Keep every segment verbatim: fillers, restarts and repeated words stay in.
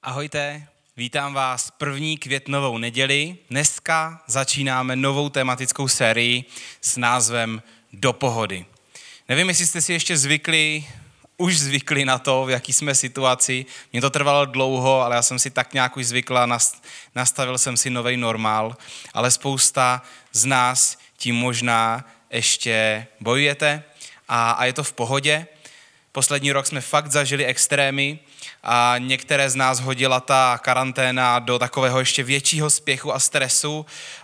Ahojte, vítám vás první květnovou neděli. Dneska začínáme novou tematickou sérii s názvem Do pohody. Nevím, jestli jste si ještě zvykli, už zvykli na to, v jaký jsme situaci. Mně to trvalo dlouho, ale já jsem si tak nějak už zvykla, nastavil jsem si nový normál, ale spousta z nás tím možná ještě bojujete a, a je to v pohodě. Poslední rok jsme fakt zažili extrémy a některé z nás hodila ta karanténa do takového ještě většího spěchu a stresu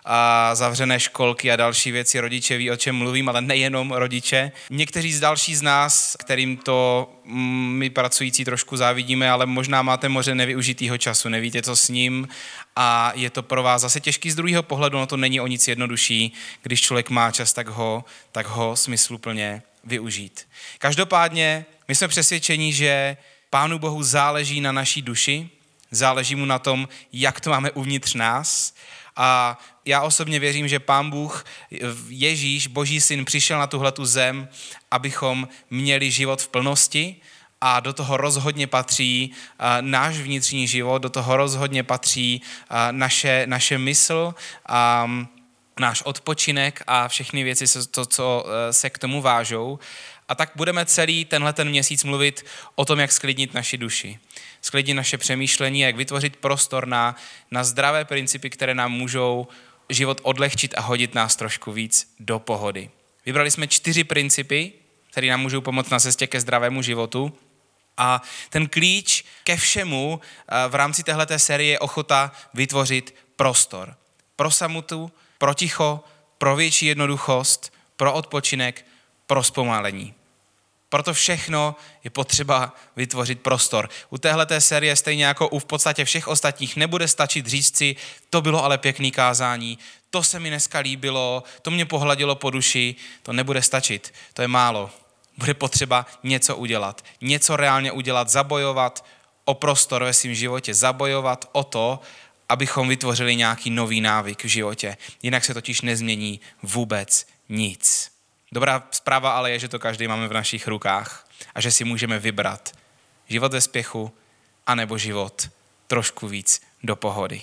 a zavřené školky a další věci. Rodiče ví, o čem mluvím, ale nejenom rodiče. Někteří z další z nás, kterým to my pracující trošku závidíme, ale možná máte moře nevyužitýho času, nevíte, co s ním a je to pro vás zase těžký z druhého pohledu, no to není o nic jednodušší, když člověk má čas, tak ho, tak ho smysluplně využít. Každopádně my jsme přesvědčeni, že Pánu Bohu záleží na naší duši, záleží mu na tom, jak to máme uvnitř nás. A já osobně věřím, že Pán Bůh, Ježíš, Boží syn, přišel na tuhletu zem, abychom měli život v plnosti a do toho rozhodně patří náš vnitřní život, do toho rozhodně patří naše, naše mysl a náš odpočinek a všechny věci, to, co se k tomu vážou. A tak budeme celý tenhle ten měsíc mluvit o tom, jak sklidnit naši duši, sklidnit naše přemýšlení, jak vytvořit prostor na, na zdravé principy, které nám můžou život odlehčit a hodit nás trošku víc do pohody. Vybrali jsme čtyři principy, které nám můžou pomoct na cestě ke zdravému životu. A ten klíč ke všemu v rámci téhleté série je ochota vytvořit prostor. Pro samotu, pro ticho, pro větší jednoduchost, pro odpočinek, pro zpomalení. Proto všechno je potřeba vytvořit prostor. U téhleté série stejně jako u v podstatě všech ostatních nebude stačit říct si, to bylo ale pěkný kázání, to se mi dneska líbilo, to mě pohladilo po duši, to nebude stačit, to je málo. Bude potřeba něco udělat, něco reálně udělat, zabojovat o prostor ve svém životě, zabojovat o to, abychom vytvořili nějaký nový návyk v životě. Jinak se totiž nezmění vůbec nic. Dobrá zpráva ale je, že to každý máme v našich rukách a že si můžeme vybrat život ve spěchu anebo život trošku víc do pohody.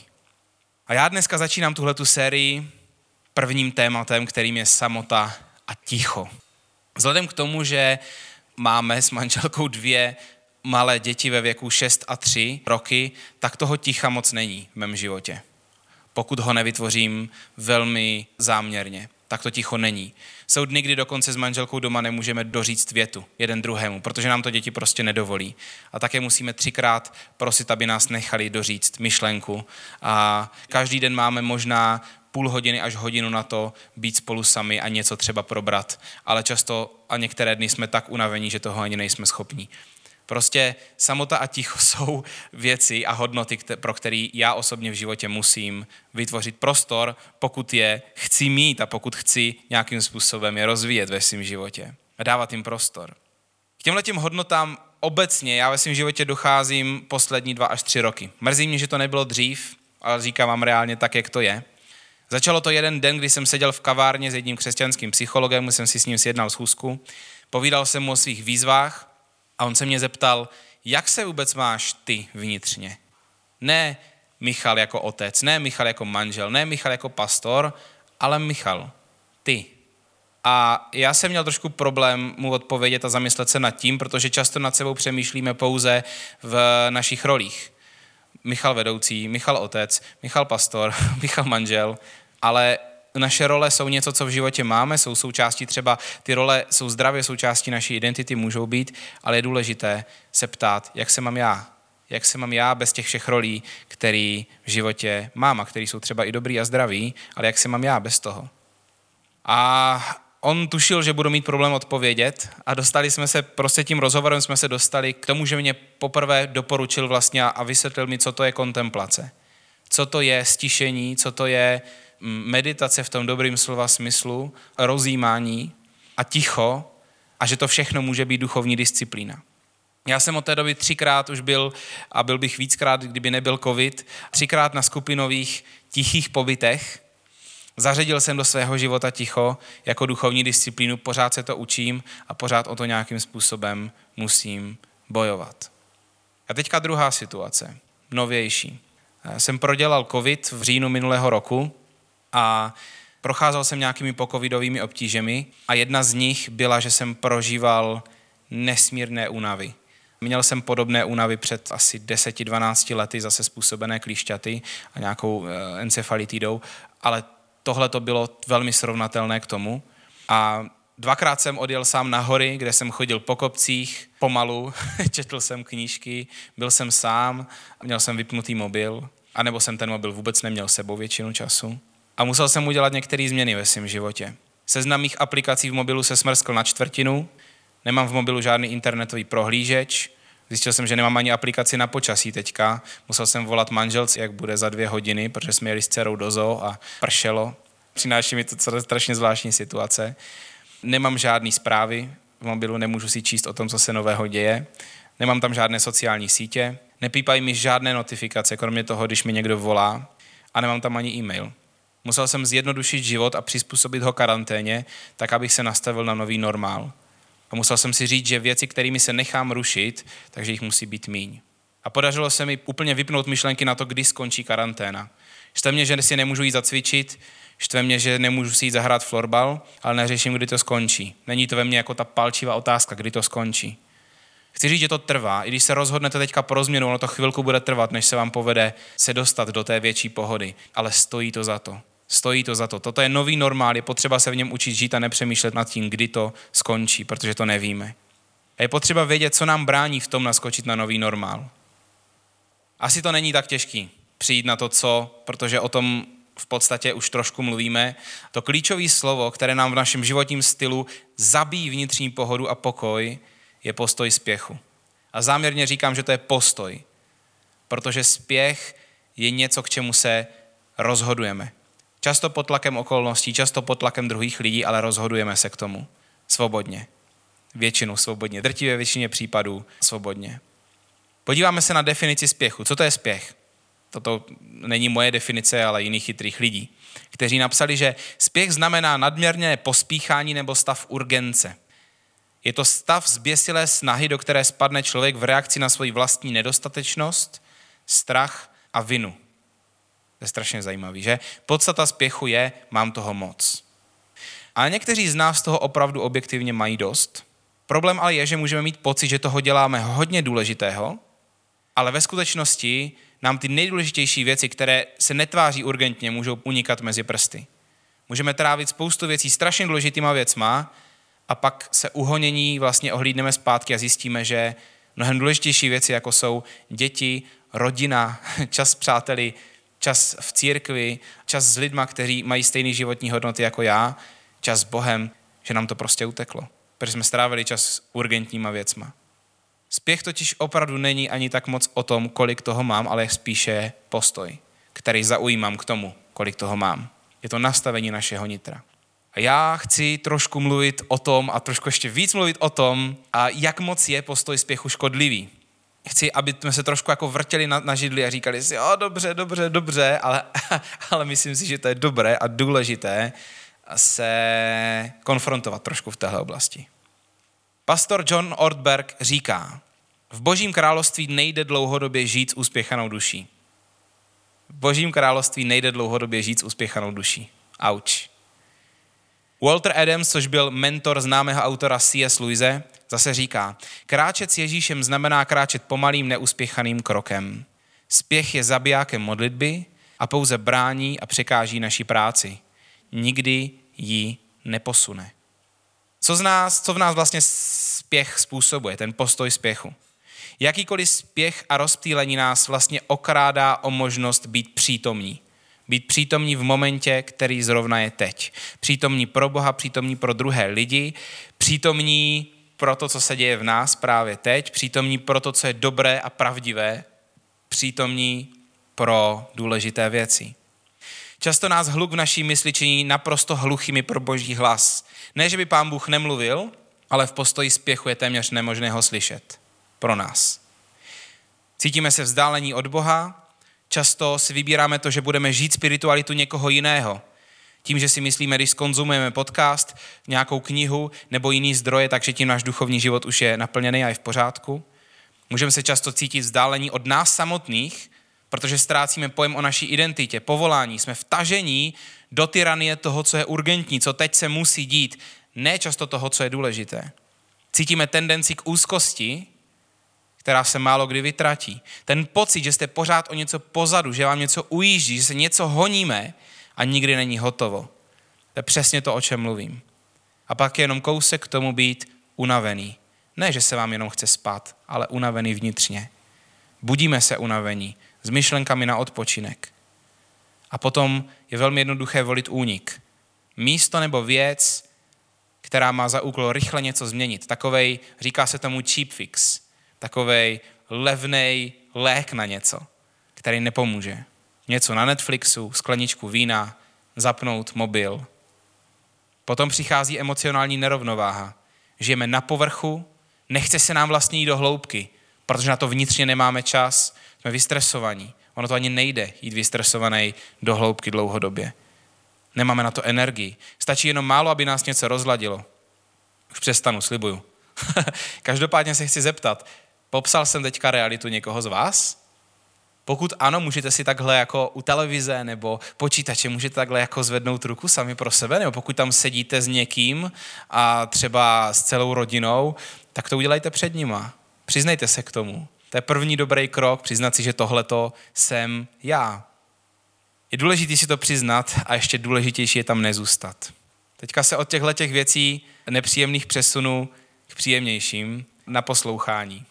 A já dneska začínám tuhletu sérii prvním tématem, kterým je samota a ticho. Vzhledem k tomu, že máme s manželkou dvě malé děti ve věku šest a tři roky, tak toho ticha moc není v mém životě. Pokud ho nevytvořím velmi záměrně, tak to ticho není. Jsou dny, kdy dokonce s manželkou doma nemůžeme doříct větu jeden druhému, protože nám to děti prostě nedovolí. A také musíme třikrát prosit, aby nás nechali doříct myšlenku. A každý den máme možná půl hodiny až hodinu na to být spolu sami a něco třeba probrat. Ale často a některé dny jsme tak unavení, že toho ani nejsme schopní. Prostě samota a ticho jsou věci a hodnoty, pro které já osobně v životě musím vytvořit prostor, pokud je chci mít a pokud chci nějakým způsobem je rozvíjet ve svém životě a dávat jim prostor. K těmhletěm hodnotám obecně já ve svém životě docházím poslední dva až tři roky. Mrzí mě, že to nebylo dřív, ale říkám vám reálně tak, jak to je. Začalo to jeden den, kdy jsem seděl v kavárně s jedním křesťanským psychologem, jsem si s ním sjednal schůzku, povídal jsem mu o svých výzvách. A on se mě zeptal, jak se vůbec máš ty vnitřně? Ne Michal jako otec, ne Michal jako manžel, ne Michal jako pastor, ale Michal, ty. A já jsem měl trošku problém mu odpovědět a zamyslet se nad tím, protože často nad sebou přemýšlíme pouze v našich rolích. Michal vedoucí, Michal otec, Michal pastor, Michal manžel, ale naše role jsou něco, co v životě máme, jsou součástí třeba, ty role jsou zdravě součástí naší identity, můžou být, ale je důležité se ptát, jak se mám já, jak se mám já bez těch všech rolí, který v životě mám a který jsou třeba i dobrý a zdraví, ale jak se mám já bez toho. A on tušil, že budu mít problém odpovědět a dostali jsme se, prostě tím rozhovorem jsme se dostali k tomu, že mě poprvé doporučil vlastně a vysvětlil mi, co to je kontemplace. Co to je stišení, co to je meditace v tom dobrým slova smyslu, rozjímání a ticho a že to všechno může být duchovní disciplína. Já jsem od té doby třikrát už byl a byl bych víckrát, kdyby nebyl covid, třikrát na skupinových tichých pobytech. Zařadil jsem do svého života ticho jako duchovní disciplínu, pořád se to učím a pořád o to nějakým způsobem musím bojovat. A teďka druhá situace. novější. Já jsem prodělal covid v říjnu minulého roku a procházel jsem nějakými pocovidovými obtížemi a jedna z nich byla, že jsem prožíval nesmírné únavy. Měl jsem podobné únavy před asi deset dvanáct lety, zase způsobené klíšťaty a nějakou encefalitidou, ale tohle to bylo velmi srovnatelné k tomu. A dvakrát jsem odjel sám na hory, kde jsem chodil po kopcích, pomalu, četl jsem knížky, byl jsem sám, měl jsem vypnutý mobil, anebo jsem ten mobil vůbec neměl sebou většinu času. A musel jsem udělat některé změny ve svém životě. Seznam mých aplikací v mobilu se smrskl na čtvrtinu, nemám v mobilu žádný internetový prohlížeč, zjistil jsem, že nemám ani aplikaci na počasí teďka, musel jsem volat manželce, jak bude za dvě hodiny, protože jsme jeli s dcerou do zoo a pršelo. Přináší mi to celé strašně zvláštní situace. Nemám žádný zprávy v mobilu, nemůžu si číst o tom, co se nového děje. Nemám tam žádné sociální sítě, nepípají mi žádné notifikace, kromě toho, když mi někdo volá, a nemám tam ani e-mail. Musel jsem zjednodušit život a přizpůsobit ho karanténě, tak abych se nastavil na nový normál. A musel jsem si říct, že věci, kterými se nechám rušit, takže jich musí být míň. A podařilo se mi úplně vypnout myšlenky na to, kdy skončí karanténa. Štve mě, že si nemůžu jít zacvičit, štve mě, že nemůžu si jít zahrát florbal, ale neřeším, kdy to skončí. Není to ve mně jako ta palčivá otázka, kdy to skončí. Chci říct, že to trvá. I když se rozhodnete teďka pro změnu, ono to chvilku bude trvat, než se vám povede se dostat do té větší pohody. Ale stojí to za to. Stojí to za to. Toto je nový normál, je potřeba se v něm učit žít a nepřemýšlet nad tím, kdy to skončí, protože to nevíme. A je potřeba vědět, co nám brání v tom naskočit na nový normál. Asi to není tak těžký přijít na to, co, protože o tom v podstatě už trošku mluvíme. To klíčové slovo, které nám v našem životním stylu zabíjí vnitřní pohodu a pokoj, je postoj spěchu. A záměrně říkám, že to je postoj, protože spěch je něco, k čemu se rozhodujeme. Často pod tlakem okolností, často pod tlakem druhých lidí, ale rozhodujeme se k tomu svobodně. Většinou svobodně, drtivé většině případů svobodně. Podíváme se na definici spěchu. Co to je spěch? Toto není moje definice, ale jiných chytrých lidí, kteří napsali, že spěch znamená nadměrné pospíchání nebo stav urgence. Je to stav zběsilé snahy, do které spadne člověk v reakci na svoji vlastní nedostatečnost, strach a vinu. To je strašně zajímavý, že? Podstata spěchu je, mám toho moc. Ale někteří z nás toho opravdu objektivně mají dost. Problém ale je, že můžeme mít pocit, že toho děláme hodně důležitého, ale ve skutečnosti nám ty nejdůležitější věci, které se netváří urgentně, můžou unikat mezi prsty. Můžeme trávit spoustu věcí strašně důležitýma věcma a pak se uhonění vlastně ohlídneme zpátky a zjistíme, že mnohem důležitější věci, jako jsou děti, rodina, čas s přáteli, čas v církvi, čas s lidma, kteří mají stejné životní hodnoty jako já, čas s Bohem, že nám to prostě uteklo, protože jsme strávili čas s urgentníma věcma. Spěch totiž opravdu není ani tak moc o tom, kolik toho mám, ale spíše postoj, který zaujímám k tomu, kolik toho mám. Je to nastavení našeho nitra. A já chci trošku mluvit o tom a trošku ještě víc mluvit o tom, a jak moc je postoj spěchu škodlivý. Chci, aby jsme se trošku jako vrtěli na, na židli a říkali si, jo, dobře, dobře, dobře, ale, ale myslím si, že to je dobré a důležité se konfrontovat trošku v téhle oblasti. Pastor John Ortberg říká, v Božím království nejde dlouhodobě žít s uspěchanou duší. V Božím království nejde dlouhodobě žít s uspěchanou duší. Auč. Walter Adams, což byl mentor známého autora C S Lewise, zase říká, kráčet s Ježíšem znamená kráčet pomalým, neuspěchaným krokem. Spěch je zabijákem modlitby a pouze brání a překáží naší práci. Nikdy ji neposune. Co, z nás, co v nás vlastně spěch způsobuje, ten postoj spěchu? Jakýkoliv spěch a rozptýlení nás vlastně okrádá o možnost být přítomní. Být přítomní v momentě, který zrovna je teď. Přítomní pro Boha, přítomní pro druhé lidi, přítomní pro to, co se děje v nás právě teď, přítomní pro to, co je dobré a pravdivé, přítomní pro důležité věci. Často nás hluk v naší mysli činí naprosto hluchými pro Boží hlas. Ne, že by Pán Bůh nemluvil, ale v postoji spěchu je téměř nemožné ho slyšet. Pro nás. Cítíme se vzdálení od Boha, často si vybíráme to, že budeme žít spiritualitu někoho jiného. Tím, že si myslíme, když skonzumujeme podcast, nějakou knihu nebo jiný zdroje, takže tím náš duchovní život už je naplněný a je v pořádku. Můžeme se často cítit vzdálení od nás samotných protože ztrácíme pojem o naší identitě, povolání. Jsme vtažení do tyranie toho, co je urgentní, co teď se musí dít, ne často toho, co je důležité. Cítíme tendenci k úzkosti, která se málo kdy vytratí. Ten pocit, že jste pořád o něco pozadu, že vám něco ujíždí, že se něco honíme a nikdy není hotovo. To je přesně to, o čem mluvím. A pak je jenom kousek k tomu být unavený. Ne, že se vám jenom chce spát, ale unavený vnitřně. Budíme se unavení s myšlenkami na odpočinek. A potom je velmi jednoduché volit únik. Místo nebo věc, která má za úkol rychle něco změnit. Takovej, říká se tomu cheap fix. Takovej levnej lék na něco, který nepomůže. Něco na Netflixu, skleničku vína, zapnout mobil. Potom přichází emocionální nerovnováha. Žijeme na povrchu, nechce se nám vlastně jít do hloubky, protože na to vnitřně nemáme čas, jsme vystresovaní. Ono to ani nejde jít vystresovaný do hloubky dlouhodobě. Nemáme na to energii. Stačí jenom málo, aby nás něco rozladilo. Už přestanu, slibuju. Každopádně se chci zeptat, popsal jsem teďka realitu někoho z vás? Pokud ano, můžete si takhle jako u televize nebo počítače, můžete takhle jako zvednout ruku sami pro sebe, nebo pokud tam sedíte s někým a třeba s celou rodinou, tak to udělejte před nima. Přiznejte se k tomu. To je první dobrý krok, přiznat si, že tohleto jsem já. Je důležité si to přiznat a ještě důležitější je tam nezůstat. Teďka se od těchto těch věcí nepříjemných přesunu k příjemnějším na poslouchání.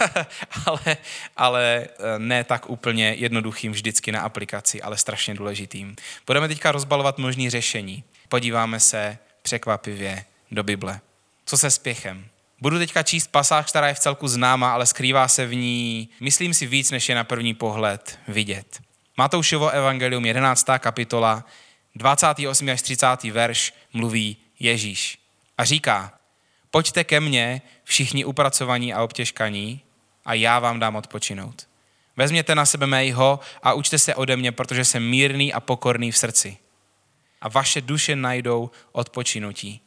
ale, ale ne tak úplně jednoduchým vždycky na aplikaci, ale strašně důležitým. Budeme teďka rozbalovat možný řešení. Podíváme se překvapivě do Bible. Co se spěchem? Budu teďka číst pasáž, která je v celku známa, ale skrývá se v ní, myslím si, víc, než je na první pohled vidět. Matoušovo evangelium, jedenáctá kapitola, dvacátý osmý až třicátý verš mluví Ježíš. A říká, pojďte ke mně, všichni upracovaní a obtěžkaní, a já vám dám odpočinout. Vezměte na sebe mého a učte se ode mě, protože jsem mírný a pokorný v srdci. A vaše duše najdou odpočinutí.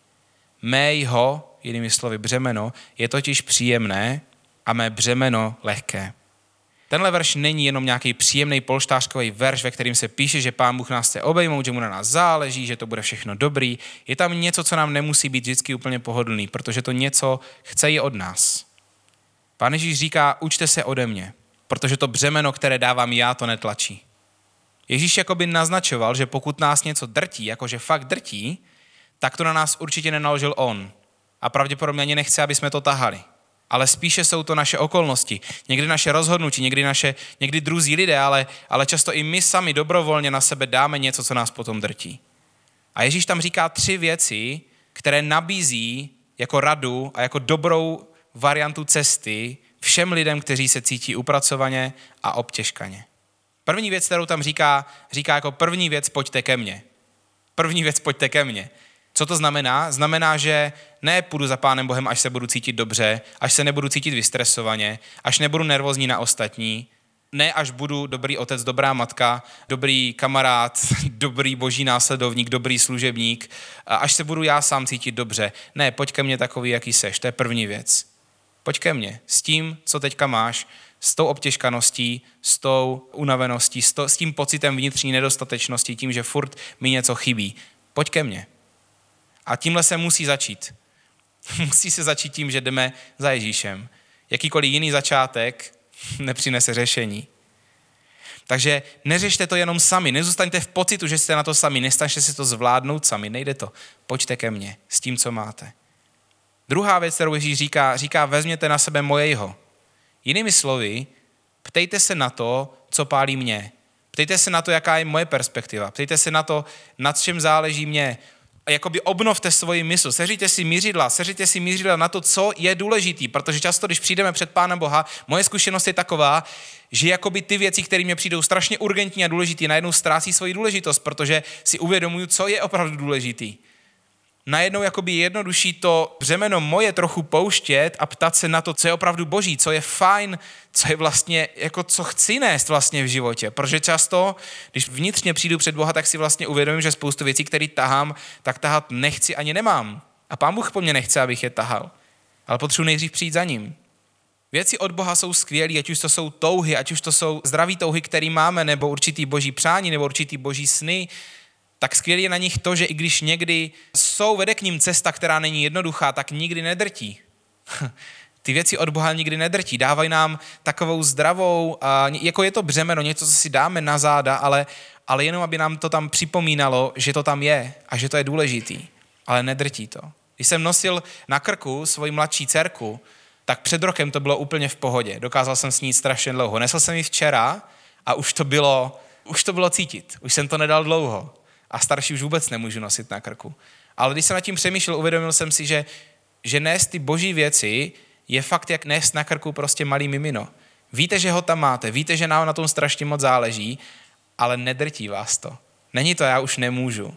Mého, jinými slovy břemeno, je totiž příjemné a mé břemeno lehké. Tenhle verš není jenom nějaký příjemný polštářkový verš, ve kterým se píše, že Pán Bůh nás chce obejmout, že mu na nás záleží, že to bude všechno dobrý. Je tam něco, co nám nemusí být vždycky úplně pohodlný, protože to něco chce i od nás. Pán Ježíš říká, učte se ode mě, protože to břemeno, které dávám já, to netlačí. Ježíš jakoby naznačoval, že pokud nás něco drtí, jakože fakt drtí, tak to na nás určitě nenaložil on. A pravděpodobně ani nechce, aby jsme to tahali. Ale spíše jsou to naše okolnosti, někdy naše rozhodnutí, někdy, naše, někdy druzí lidé, ale, ale často i my sami dobrovolně na sebe dáme něco, co nás potom drtí. A Ježíš tam říká tři věci, které nabízí jako radu a jako dobrou variantu cesty všem lidem, kteří se cítí upracovaně a obtěžkaně. První věc, kterou tam říká, říká jako první věc, pojďte ke mně. První věc, pojďte ke mně. Co to znamená? Znamená, že ne půjdu za Pánem Bohem, až se budu cítit dobře, až se nebudu cítit vystresovaně, až nebudu nervózní na ostatní, ne až budu dobrý otec, dobrá matka, dobrý kamarád, dobrý boží následovník, dobrý služebník, až se budu já sám cítit dobře. Ne, pojď ke mně takový, jaký seš, to je první věc. Pojď ke mně s tím, co teďka máš, s tou obtěžkaností, s tou unaveností, s, to, s tím pocitem vnitřní nedostatečnosti, tím, že furt mi něco chybí. Pojď ke mně. A tímhle se musí začít. Musí se začít tím, že jdeme za Ježíšem. Jakýkoliv jiný začátek nepřinese řešení. Takže neřešte to jenom sami, nezůstaňte v pocitu, že jste na to sami, nestaňte si to zvládnout sami, nejde to. Pojďte ke mně s tím, co máte. Druhá věc, kterou Ježíš říká, říká, vezměte na sebe mojeho. Jinými slovy, ptejte se na to, co pálí mě. Ptejte se na to, jaká je moje perspektiva. Ptejte se na to, nad čem záleží mě. A jakoby obnovte svoji mysl, seřiďte si mířidla, seřiďte si mířidla na to, co je důležitý, protože často, když přijdeme před Pána Boha, moje zkušenost je taková, že jakoby ty věci, které mě přijdou strašně urgentní a důležitý, najednou ztrácí svoji důležitost, protože si uvědomuju, co je opravdu důležitý. Najednou jakoby jednodušší to břemeno moje trochu pouštět a ptat se na to, co je opravdu boží, co je fajn, co je vlastně, jako co chci nést vlastně v životě. Protože často, když vnitřně přijdu před Boha, tak si vlastně uvědomím, že spoustu věcí, které tahám, tak tahat nechci ani nemám. A Pán Bůh po mně nechce, abych je tahal. Ale potřebuji nejdřív přijít za ním. Věci od Boha jsou skvělé, ať už to jsou touhy, ať už to jsou zdraví touhy, které máme, nebo určitý boží přání, nebo určitý boží sny, tak skvělé je na nich to, že i když někdy jsou, vede k ním cesta, která není jednoduchá, tak nikdy nedrtí. Ty věci od Boha nikdy nedrtí, dávají nám takovou zdravou, jako je to břemeno, něco, co si dáme na záda, ale, ale jenom, aby nám to tam připomínalo, že to tam je a že to je důležitý, ale nedrtí to. Když jsem nosil na krku svoji mladší dcerku, tak před rokem to bylo úplně v pohodě. Dokázal jsem s ní strašně dlouho. Nesl jsem ji včera a už to bylo, už to bylo cítit. Už jsem to nedal dlouho. A starší už vůbec nemůžu nosit na krku. Ale když jsem nad tím přemýšlel, uvědomil jsem si, že, že nést ty boží věci je fakt jak nést na krku prostě malý mimino. Víte, že ho tam máte, víte, že nám na tom strašně moc záleží, ale nedrtí vás to. Není to, já už nemůžu.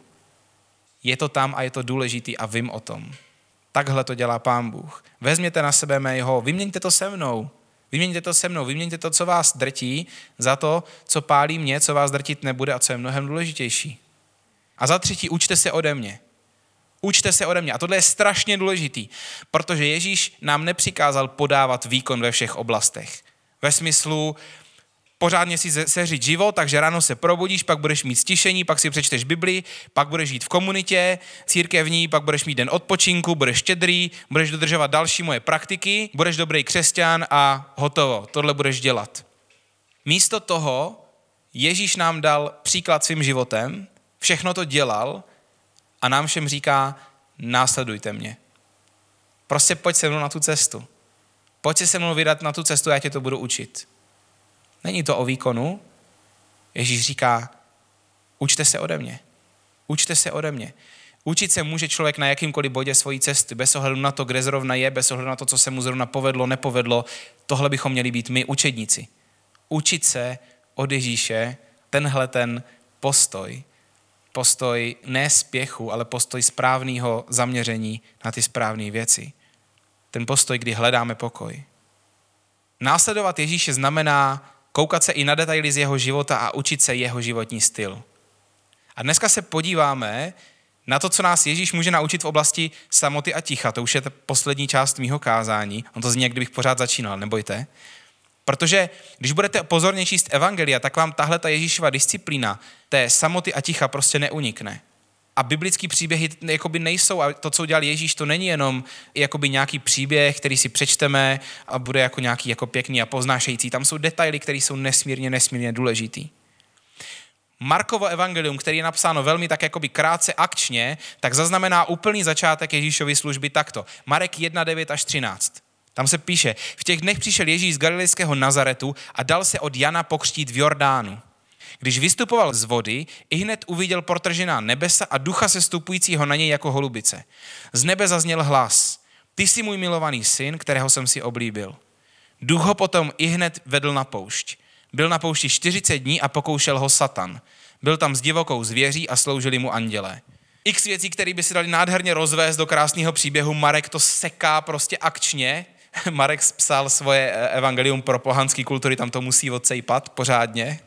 Je to tam a je to důležitý a vím o tom. Takhle to dělá Pán Bůh. Vezměte na sebe mého, vyměňte to se mnou. Vyměňte to se mnou, vyměňte to, co vás drtí, za to, co pálí mě, co vás drtit nebude a co je mnohem důležitější. A za třetí, učte se ode mě. Učte se ode mě. A tohle je strašně důležitý, protože Ježíš nám nepřikázal podávat výkon ve všech oblastech. Ve smyslu pořádně si seřít život, takže ráno se probudíš, pak budeš mít stišení, pak si přečteš Bibli, pak budeš žít v komunitě církevní, pak budeš mít den odpočinku, budeš štědrý, budeš dodržovat další moje praktiky, budeš dobrý křesťan a hotovo. Tohle budeš dělat. Místo toho Ježíš nám dal příklad svým životem, všechno to dělal a nám všem říká, následujte mě. Prostě pojď se mnou na tu cestu. Pojď se se mnou vydat na tu cestu, já tě to budu učit. Není to o výkonu. Ježíš říká, učte se ode mě. Učte se ode mě. Učit se může člověk na jakýmkoliv bodě svojí cesty, bez ohledu na to, kde zrovna je, bez ohledu na to, co se mu zrovna povedlo, nepovedlo. Tohle bychom měli být my, učedníci. Učit se od Ježíše tenhle ten postoj. Postoj ne spěchu, ale postoj správného zaměření na ty správné věci. Ten postoj, kdy hledáme pokoj. Následovat Ježíše znamená koukat se i na detaily z jeho života a učit se jeho životní styl. A dneska se podíváme na to, co nás Ježíš může naučit v oblasti samoty a ticha. To už je ta poslední část mýho kázání. On to zní, jak kdybych pořád začínal, nebojte. Protože když budete pozorně číst evangelia, tak vám tahle ta Ježíšova disciplína té samoty a ticha prostě neunikne. A biblický příběhy jakoby nejsou, a to, co udělal Ježíš, to není jenom jakoby nějaký příběh, který si přečteme a bude jako nějaký jako pěkný a poznášející. Tam jsou detaily, které jsou nesmírně, nesmírně důležitý. Markovo evangelium, který je napsáno velmi tak jakoby krátce akčně, tak zaznamená úplný začátek Ježíšovy služby takto. Marek jedna, devět až třináct. Tam se píše, v těch dnech přišel Ježíš z galilejského Nazaretu a dal se od Jana pokřtít v Jordánu. Když vystupoval z vody, ihned uviděl protržená nebesa a ducha sestupujícího na něj jako holubice. Z nebe zazněl hlas. Ty jsi můj milovaný syn, kterého jsem si oblíbil. Duch ho potom ihned vedl na poušť. Byl na poušti čtyřicet dní a pokoušel ho Satan. Byl tam s divokou zvěří a sloužili mu andělé. X věcí, které by si dali nádherně rozvést do krásného příběhu, Marek to seká prostě akčně. Marek psal svoje evangelium pro pohanské kultury, tam to musí odsejpat pořádně.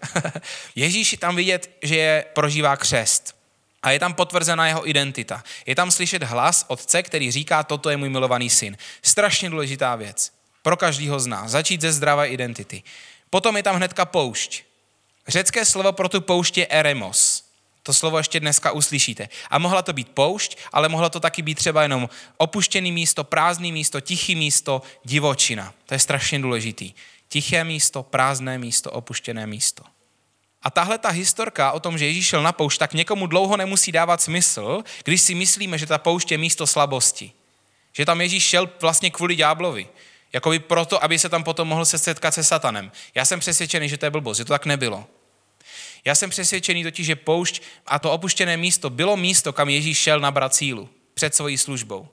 Ježíš je tam vidět, že je prožívá křest. A je tam potvrzená jeho identita. Je tam slyšet hlas otce, který říká, toto je můj milovaný syn. Strašně důležitá věc. Pro každýho z nás. Začít ze zdravé identity. Potom je tam hnedka poušť. Řecké slovo pro tu poušť je eremos. To slovo ještě dneska uslyšíte. A mohla to být poušť, ale mohla to taky být třeba jenom opuštěné místo, prázdné místo, tiché místo, divočina. To je strašně důležitý. Tiché místo, prázdné místo, opuštěné místo. A tahle ta historka o tom, že Ježíš šel na poušť, tak někomu dlouho nemusí dávat smysl, když si myslíme, že ta poušť je místo slabosti. Že tam Ježíš šel vlastně kvůli ďáblovi. Jakoby proto, aby se tam potom mohl se setkat se satanem. Já jsem přesvědčený, že to je blbost, že to tak nebylo. Já jsem přesvědčený totiž, že poušť a to opuštěné místo bylo místo, kam Ježíš šel nabrat sílu před svojí službou.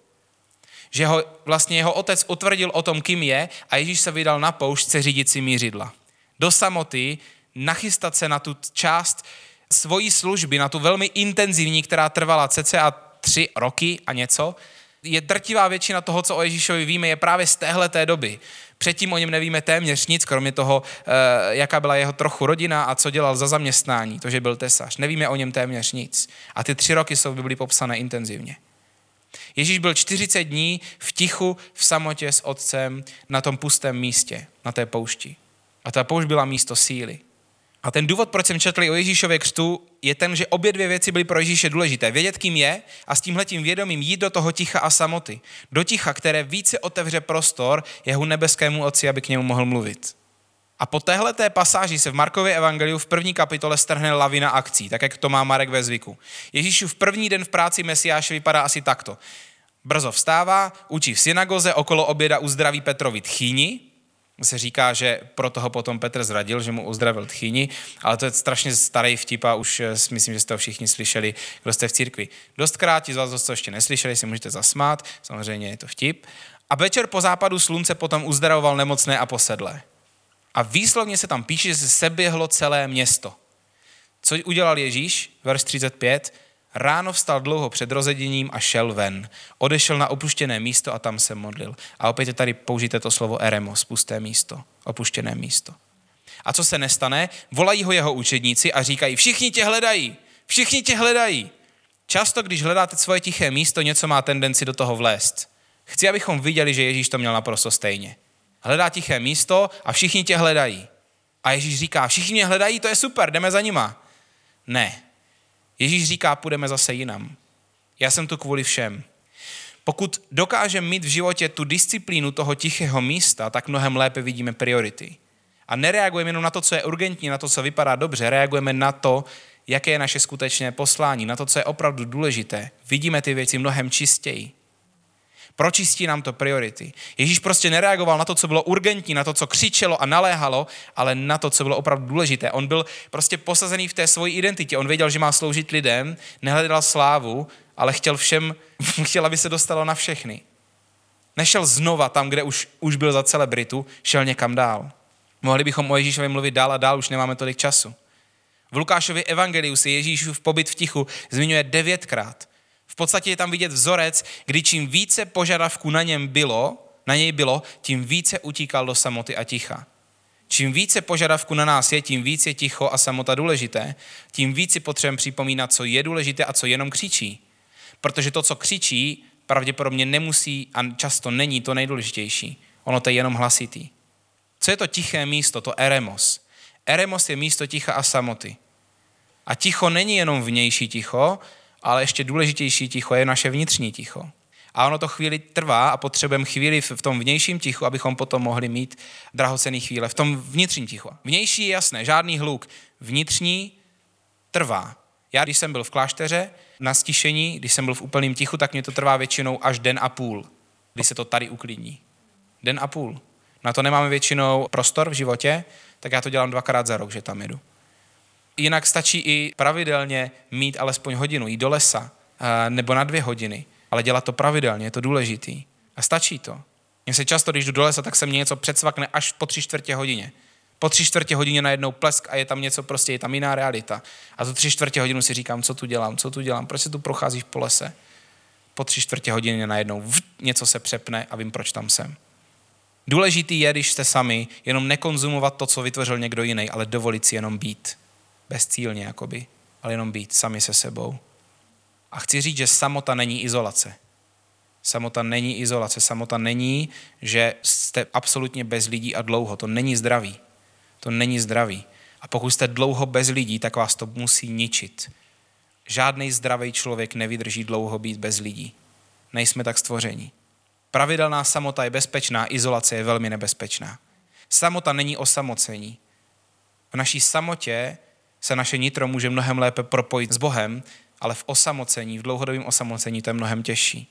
Že ho, vlastně jeho otec utvrdil o tom, kým je a Ježíš se vydal na poušť se řídit si mířidla. Do samoty, nachystat se na tu část svojí služby, na tu velmi intenzivní, která trvala cca tři roky a něco. Je drtivá většina toho, co o Ježíšovi víme, je právě z téhleté doby. Předtím o něm nevíme téměř nic, kromě toho, jaká byla jeho trochu rodina a co dělal za zaměstnání, to, že byl tesař. Nevíme o něm téměř nic. A ty tři roky jsou v Biblii popsané intenzivně. Ježíš byl čtyřicet dní v tichu, v samotě s otcem na tom pustém místě, na té poušti. A ta poušť byla místo síly. A ten důvod, proč jsem četl o Ježíšově křtu, je ten, že obě dvě věci byly pro Ježíše důležité. Vědět, kým je a s tímhletím vědomím jít do toho ticha a samoty. Do ticha, které více otevře prostor jeho nebeskému otci, aby k němu mohl mluvit. A po téhleté pasáži se v Markově evangeliu v první kapitole strhne lavina akcí, tak jak to má Marek ve zvyku. Ježíšův první den v práci Mesiáše vypadá asi takto. Brzo vstává, učí v synagoze, okolo oběda uzdraví Petrovi tchýni. Se říká, že proto ho potom Petr zradil, že mu uzdravil tchýni, ale to je strašně starý vtip a už myslím, že jste to všichni slyšeli, kdo jste v církvi. Dostkrát, ti z vás, co ještě neslyšeli, si můžete zasmát, samozřejmě je to vtip. A večer po západu slunce potom uzdravoval nemocné a posedlé. A výslovně se tam píše, že se seběhlo celé město. Co udělal Ježíš? Verš třicet pět. Ráno vstal dlouho před rozeděním a šel ven. Odešel na opuštěné místo a tam se modlil. A opět je tady použijte to slovo eremos, pusté místo, opuštěné místo. A co se nestane? Volají ho jeho učedníci a říkají, všichni tě hledají, všichni tě hledají. Často, když hledáte svoje tiché místo, něco má tendenci do toho vlézt. Chci, abychom viděli, že Ježíš to měl naprosto stejně. Hledá tiché místo a všichni tě hledají. A Ježíš říká, všichni mě hledají, to je super, jdeme za nima. Ne. Ježíš říká, půjdeme zase jinam. Já jsem tu kvůli všem. Pokud dokážeme mít v životě tu disciplínu toho tichého místa, tak mnohem lépe vidíme priority. A nereagujeme jenom na to, co je urgentní, na to, co vypadá dobře, reagujeme na to, jaké je naše skutečné poslání, na to, co je opravdu důležité. Vidíme ty věci mnohem čistěji. Pročistí nám to priority. Ježíš prostě nereagoval na to, co bylo urgentní, na to, co křičelo a naléhalo, ale na to, co bylo opravdu důležité. On byl prostě posazený v té svojí identitě. On věděl, že má sloužit lidem, nehledal slávu, ale chtěl všem, chtěl, aby se dostalo na všechny. Nešel znova tam, kde už, už byl za celebritu, šel někam dál. Mohli bychom o Ježíšovi mluvit dál a dál, už nemáme tolik času. V Lukášově evangeliu se Ježíšův pobyt v tichu zmiňuje devětkrát. V podstatě je tam vidět vzorec, kdy čím více požadavků na něm bylo, na něj bylo, tím více utíkal do samoty a ticha. Čím více požadavků na nás je, tím víc je ticho a samota důležité, tím víc si potřebujeme připomínat, co je důležité a co jenom křičí. Protože to, co křičí, pravděpodobně nemusí a často není to nejdůležitější. Ono to je jenom hlasitý. Co je to tiché místo, to eremos? Eremos je místo ticha a samoty. A ticho není jenom vnější ticho, ale ještě důležitější ticho je naše vnitřní ticho. A ono to chvíli trvá a potřebujeme chvíli v tom vnějším tichu, abychom potom mohli mít drahocenné chvíle v tom vnitřním tichu. Vnější je jasné, žádný hluk. Vnitřní trvá. Já, když jsem byl v klášteře na stišení, když jsem byl v úplném tichu, tak mě to trvá většinou až den a půl, když se to tady uklidní. Den a půl. Na to nemáme většinou prostor v životě, tak já to dělám dvakrát za rok, že tam jedu. Jinak stačí i pravidelně mít alespoň hodinu, jít do lesa, nebo na dvě hodiny, ale dělat to pravidelně, je to důležitý. A stačí to. Mně se často, když jdu do lesa, tak se mě něco předsvakne až po tři čtvrtě hodině. Po tři čtvrtě hodině najednou plesk a je tam něco, prostě je tam jiná realita. A za tři čtvrtě hodinu si říkám, co tu dělám, co tu dělám, proč se tu procházíš po lese. Po tři čtvrtě hodině najednou vt, něco se přepne a vím, proč tam jsem. Důležitý je, když jste sami, jenom nekonzumovat to, co vytvořil někdo jiný, ale dovolit si jenom být. Bezcílně jakoby, ale jenom být sami se sebou. A chci říct, že samota není izolace. Samota není izolace. Samota není, že jste absolutně bez lidí a dlouho. To není zdravý. To není zdravý. A pokud jste dlouho bez lidí, tak vás to musí ničit. Žádný zdravý člověk nevydrží dlouho být bez lidí. Nejsme tak stvoření. Pravidelná samota je bezpečná, izolace je velmi nebezpečná. Samota není osamocení. V naší samotě se naše nitro může mnohem lépe propojit s Bohem, ale v osamocení, v dlouhodobém osamocení to je mnohem těžší.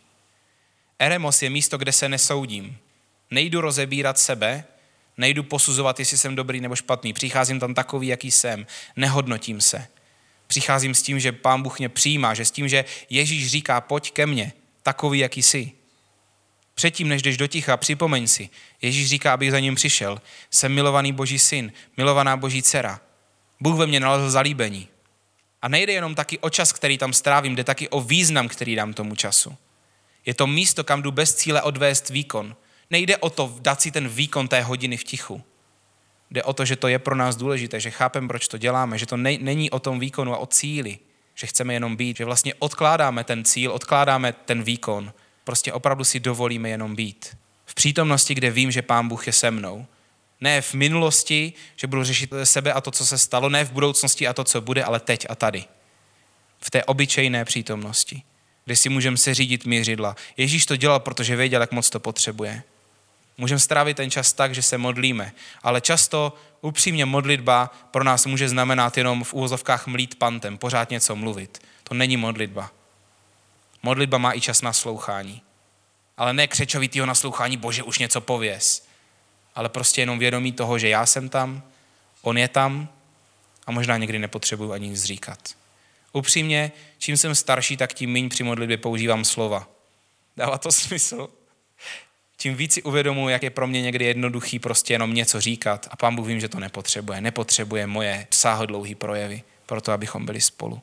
Eremos je místo, kde se nesoudím. Nejdu rozebírat sebe, nejdu posuzovat, jestli jsem dobrý nebo špatný. Přicházím tam takový, jaký jsem. Nehodnotím se. Přicházím s tím, že Pán Bůh mě přijímá, že s tím, že Ježíš říká, pojď ke mně, takový, jaký jsi. Předtím, než jdeš do ticha, připomeň si, Ježíš říká, abych za ním přišel. Jsem milovaný Boží syn, milovaná Boží dcera. Bůh ve mně nalezl zalíbení. A nejde jenom taky o čas, který tam strávím, jde taky o význam, který dám tomu času. Je to místo, kam jdu bez cíle odvést výkon. Nejde o to dát si ten výkon té hodiny v tichu. Jde o to, že to je pro nás důležité, že chápem, proč to děláme, že to ne, není o tom výkonu a o cíli. že chceme jenom být, že vlastně odkládáme ten cíl, odkládáme ten výkon. Prostě opravdu si dovolíme jenom být. V přítomnosti, kde vím, že Pán Bůh je se mnou. Ne v minulosti, že budu řešit sebe a to, co se stalo, ne v budoucnosti a to, co bude, ale teď a tady. V té obyčejné přítomnosti, kde si můžeme seřídit měřidla. Ježíš to dělal, protože věděl, jak moc to potřebuje. Můžeme strávit ten čas tak, že se modlíme, ale často upřímně modlitba pro nás může znamenat jenom v úvozovkách mlít pantem, pořád něco mluvit. To není modlitba. Modlitba má i čas naslouchání. Ale ne křečovitýho naslouchání, Bože, už něco pověz. Ale prostě jenom vědomí toho, že já jsem tam, on je tam a možná někdy nepotřebuju ani nic říkat. Upřímně, čím jsem starší, tak tím míň při modlitbě používám slova. Dává to smysl? Tím víc si uvědomuji, jak je pro mě někdy jednoduchý prostě jenom něco říkat a Pán Bůh vím, že to nepotřebuje. Nepotřebuje moje sáhodlouhý projevy, proto abychom byli spolu.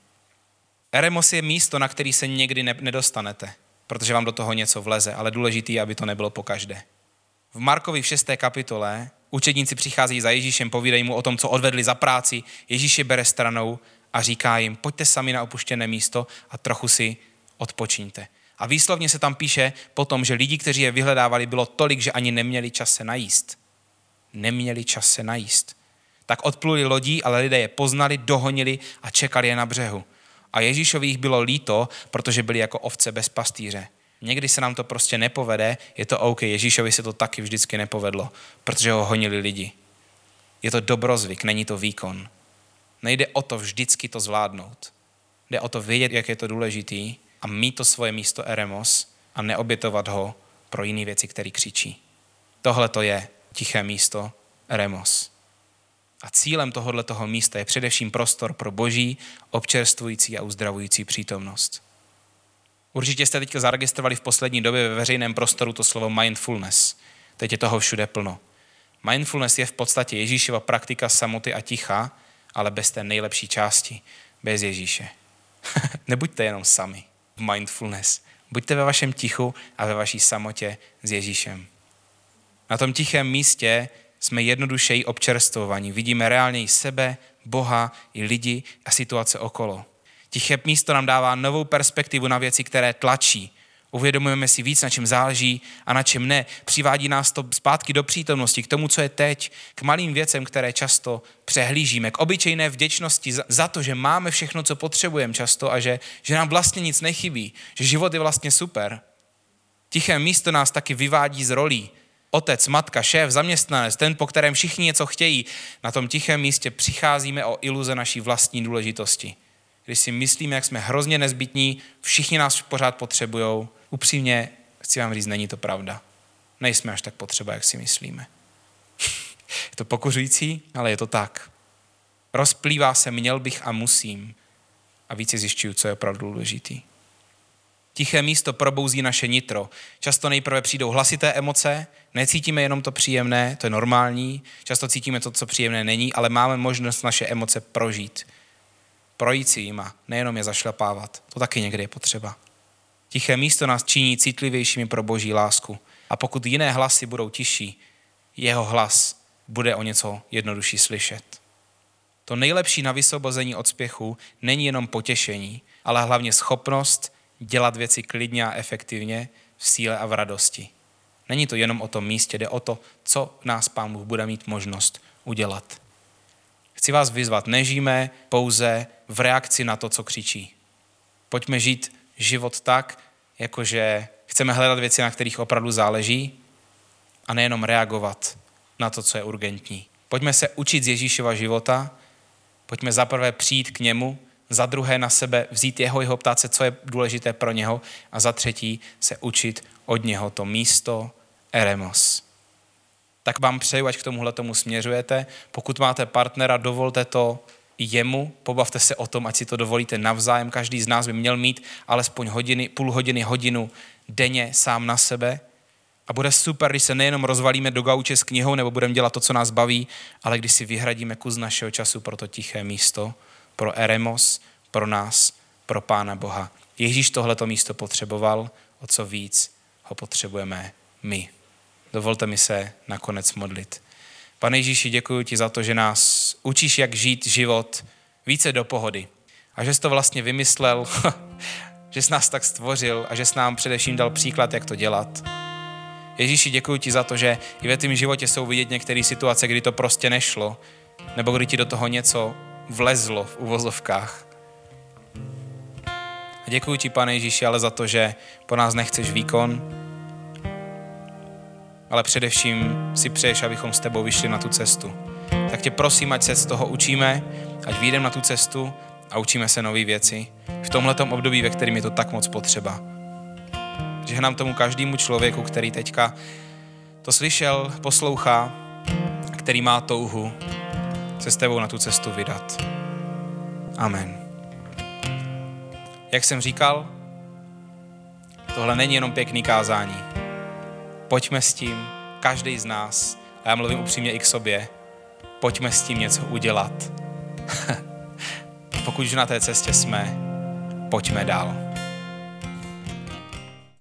Eremos je místo, na který se někdy nedostanete, protože vám do toho něco vleze, ale důležitý je, aby to nebylo pokaždé. V Markovi v šesté kapitole učedníci přichází za Ježíšem, povídají mu o tom, co odvedli za práci. Ježíš je bere stranou a říká jim, pojďte sami na opuštěné místo a trochu si odpočiňte. A výslovně se tam píše potom, že lidi, kteří je vyhledávali, bylo tolik, že ani neměli čas se najíst. Neměli čas se najíst. Tak odpluli lodí, ale lidé je poznali, dohonili a čekali je na břehu. A Ježíšovi jich bylo líto, protože byli jako ovce bez pastýře. Někdy se nám to prostě nepovede, je to OK, Ježíšovi se to taky vždycky nepovedlo, protože ho honili lidi. Je to dobrozvyk, není to výkon. Nejde o to vždycky to zvládnout. Jde o to vědět, jak je to důležitý a mít to svoje místo eremos a neobětovat ho pro jiné věci, které křičí. Tohle to je tiché místo eremos. A cílem tohoto místa je především prostor pro boží, občerstvující a uzdravující přítomnost. Určitě jste teď zaregistrovali v poslední době ve veřejném prostoru to slovo mindfulness. Teď je toho všude plno. Mindfulness je v podstatě Ježíšova praktika samoty a ticha, ale bez té nejlepší části, bez Ježíše. Nebuďte jenom sami v mindfulness. Buďte ve vašem tichu a ve vaší samotě s Ježíšem. Na tom tichém místě jsme jednodušeji občerstvovaní. Vidíme reálně i sebe, Boha, i lidi a situace okolo. Tiché místo nám dává novou perspektivu na věci, které tlačí. Uvědomujeme si víc, na čem záleží a na čem ne. Přivádí nás to zpátky do přítomnosti, k tomu, co je teď, k malým věcem, které často přehlížíme, k obyčejné vděčnosti za, za to, že máme všechno, co potřebujeme často a že, že nám vlastně nic nechybí, že život je vlastně super. Tiché místo nás taky vyvádí z rolí. Otec, matka, šéf, zaměstnanec, ten, po kterém všichni něco chtějí. Na tom tichém místě přicházíme o iluze naší vlastní důležitosti. Když si myslíme, jak jsme hrozně nezbytní, všichni nás pořád potřebujou. Upřímně, chci vám říct, není to pravda. Nejsme až tak potřeba, jak si myslíme. Je to pokuřující, ale je to tak. Rozplývá se měl bych a musím. A více zjišťuju, co je opravdu důležitý. Tiché místo probouzí naše nitro. Často nejprve přijdou hlasité emoce, necítíme jenom to příjemné, to je normální. Často cítíme to, co příjemné není, ale máme možnost naše emoce prožít. Projít si jima, nejenom je zašlapávat. To taky někdy je potřeba. Tiché místo nás činí citlivějšími pro boží lásku. A pokud jiné hlasy budou tiší, jeho hlas bude o něco jednodušší slyšet. To nejlepší na vysvobození od spěchu není jenom potěšení, ale hlavně schopnost dělat věci klidně a efektivně, v síle a v radosti. Není to jenom o tom místě, jde o to, co nás Pán Bůh bude mít možnost udělat. Chci vás vyzvat, nežijme pouze v reakci na to, co křičí. Pojďme žít život tak, jakože chceme hledat věci, na kterých opravdu záleží a nejenom reagovat na to, co je urgentní. Pojďme se učit z Ježíšova života, pojďme zaprvé přijít k němu, za druhé na sebe vzít jeho, jeho ptát se, co je důležité pro něho a za třetí se učit od něho to místo eremos. Tak vám přeju, ať k tomuhle tomu směřujete. Pokud máte partnera, dovolte to jemu, pobavte se o tom, ať si to dovolíte navzájem. Každý z nás by měl mít alespoň hodiny, půl hodiny, hodinu denně sám na sebe. A bude super, když se nejenom rozvalíme do gauče s knihou nebo budeme dělat to, co nás baví, ale když si vyhradíme kus našeho času pro to tiché místo, pro eremos, pro nás, pro Pána Boha. Ježíš tohleto místo potřeboval, o co víc ho potřebujeme my. Dovolte mi se nakonec modlit. Pane Ježíši, děkuji ti za to, že nás učíš, jak žít život více do pohody. a že jsi to vlastně vymyslel, že jsi nás tak stvořil a že jsi nám především dal příklad, jak to dělat. Ježíši, děkuji ti za to, že i ve tvém životě jsou vidět některé situace, kdy to prostě nešlo, nebo kdy ti do toho něco vlezlo v uvozovkách. A děkuji ti, Pane Ježíši, ale za to, že po nás nechceš výkon, ale především si přeješ, abychom s tebou vyšli na tu cestu. Tak tě prosím, ať se z toho učíme, ať vyjdeme na tu cestu a učíme se nové věci v tomhletom období, ve kterém je to tak moc potřeba. Žehnám tomu každému člověku, který teďka to slyšel, poslouchá, který má touhu se s tebou na tu cestu vydat. Amen. Jak jsem říkal, tohle není jenom pěkný kázání. Pojďme s tím, každý z nás, a já mluvím upřímně i k sobě, pojďme s tím něco udělat. Pokud už na té cestě jsme, pojďme dál.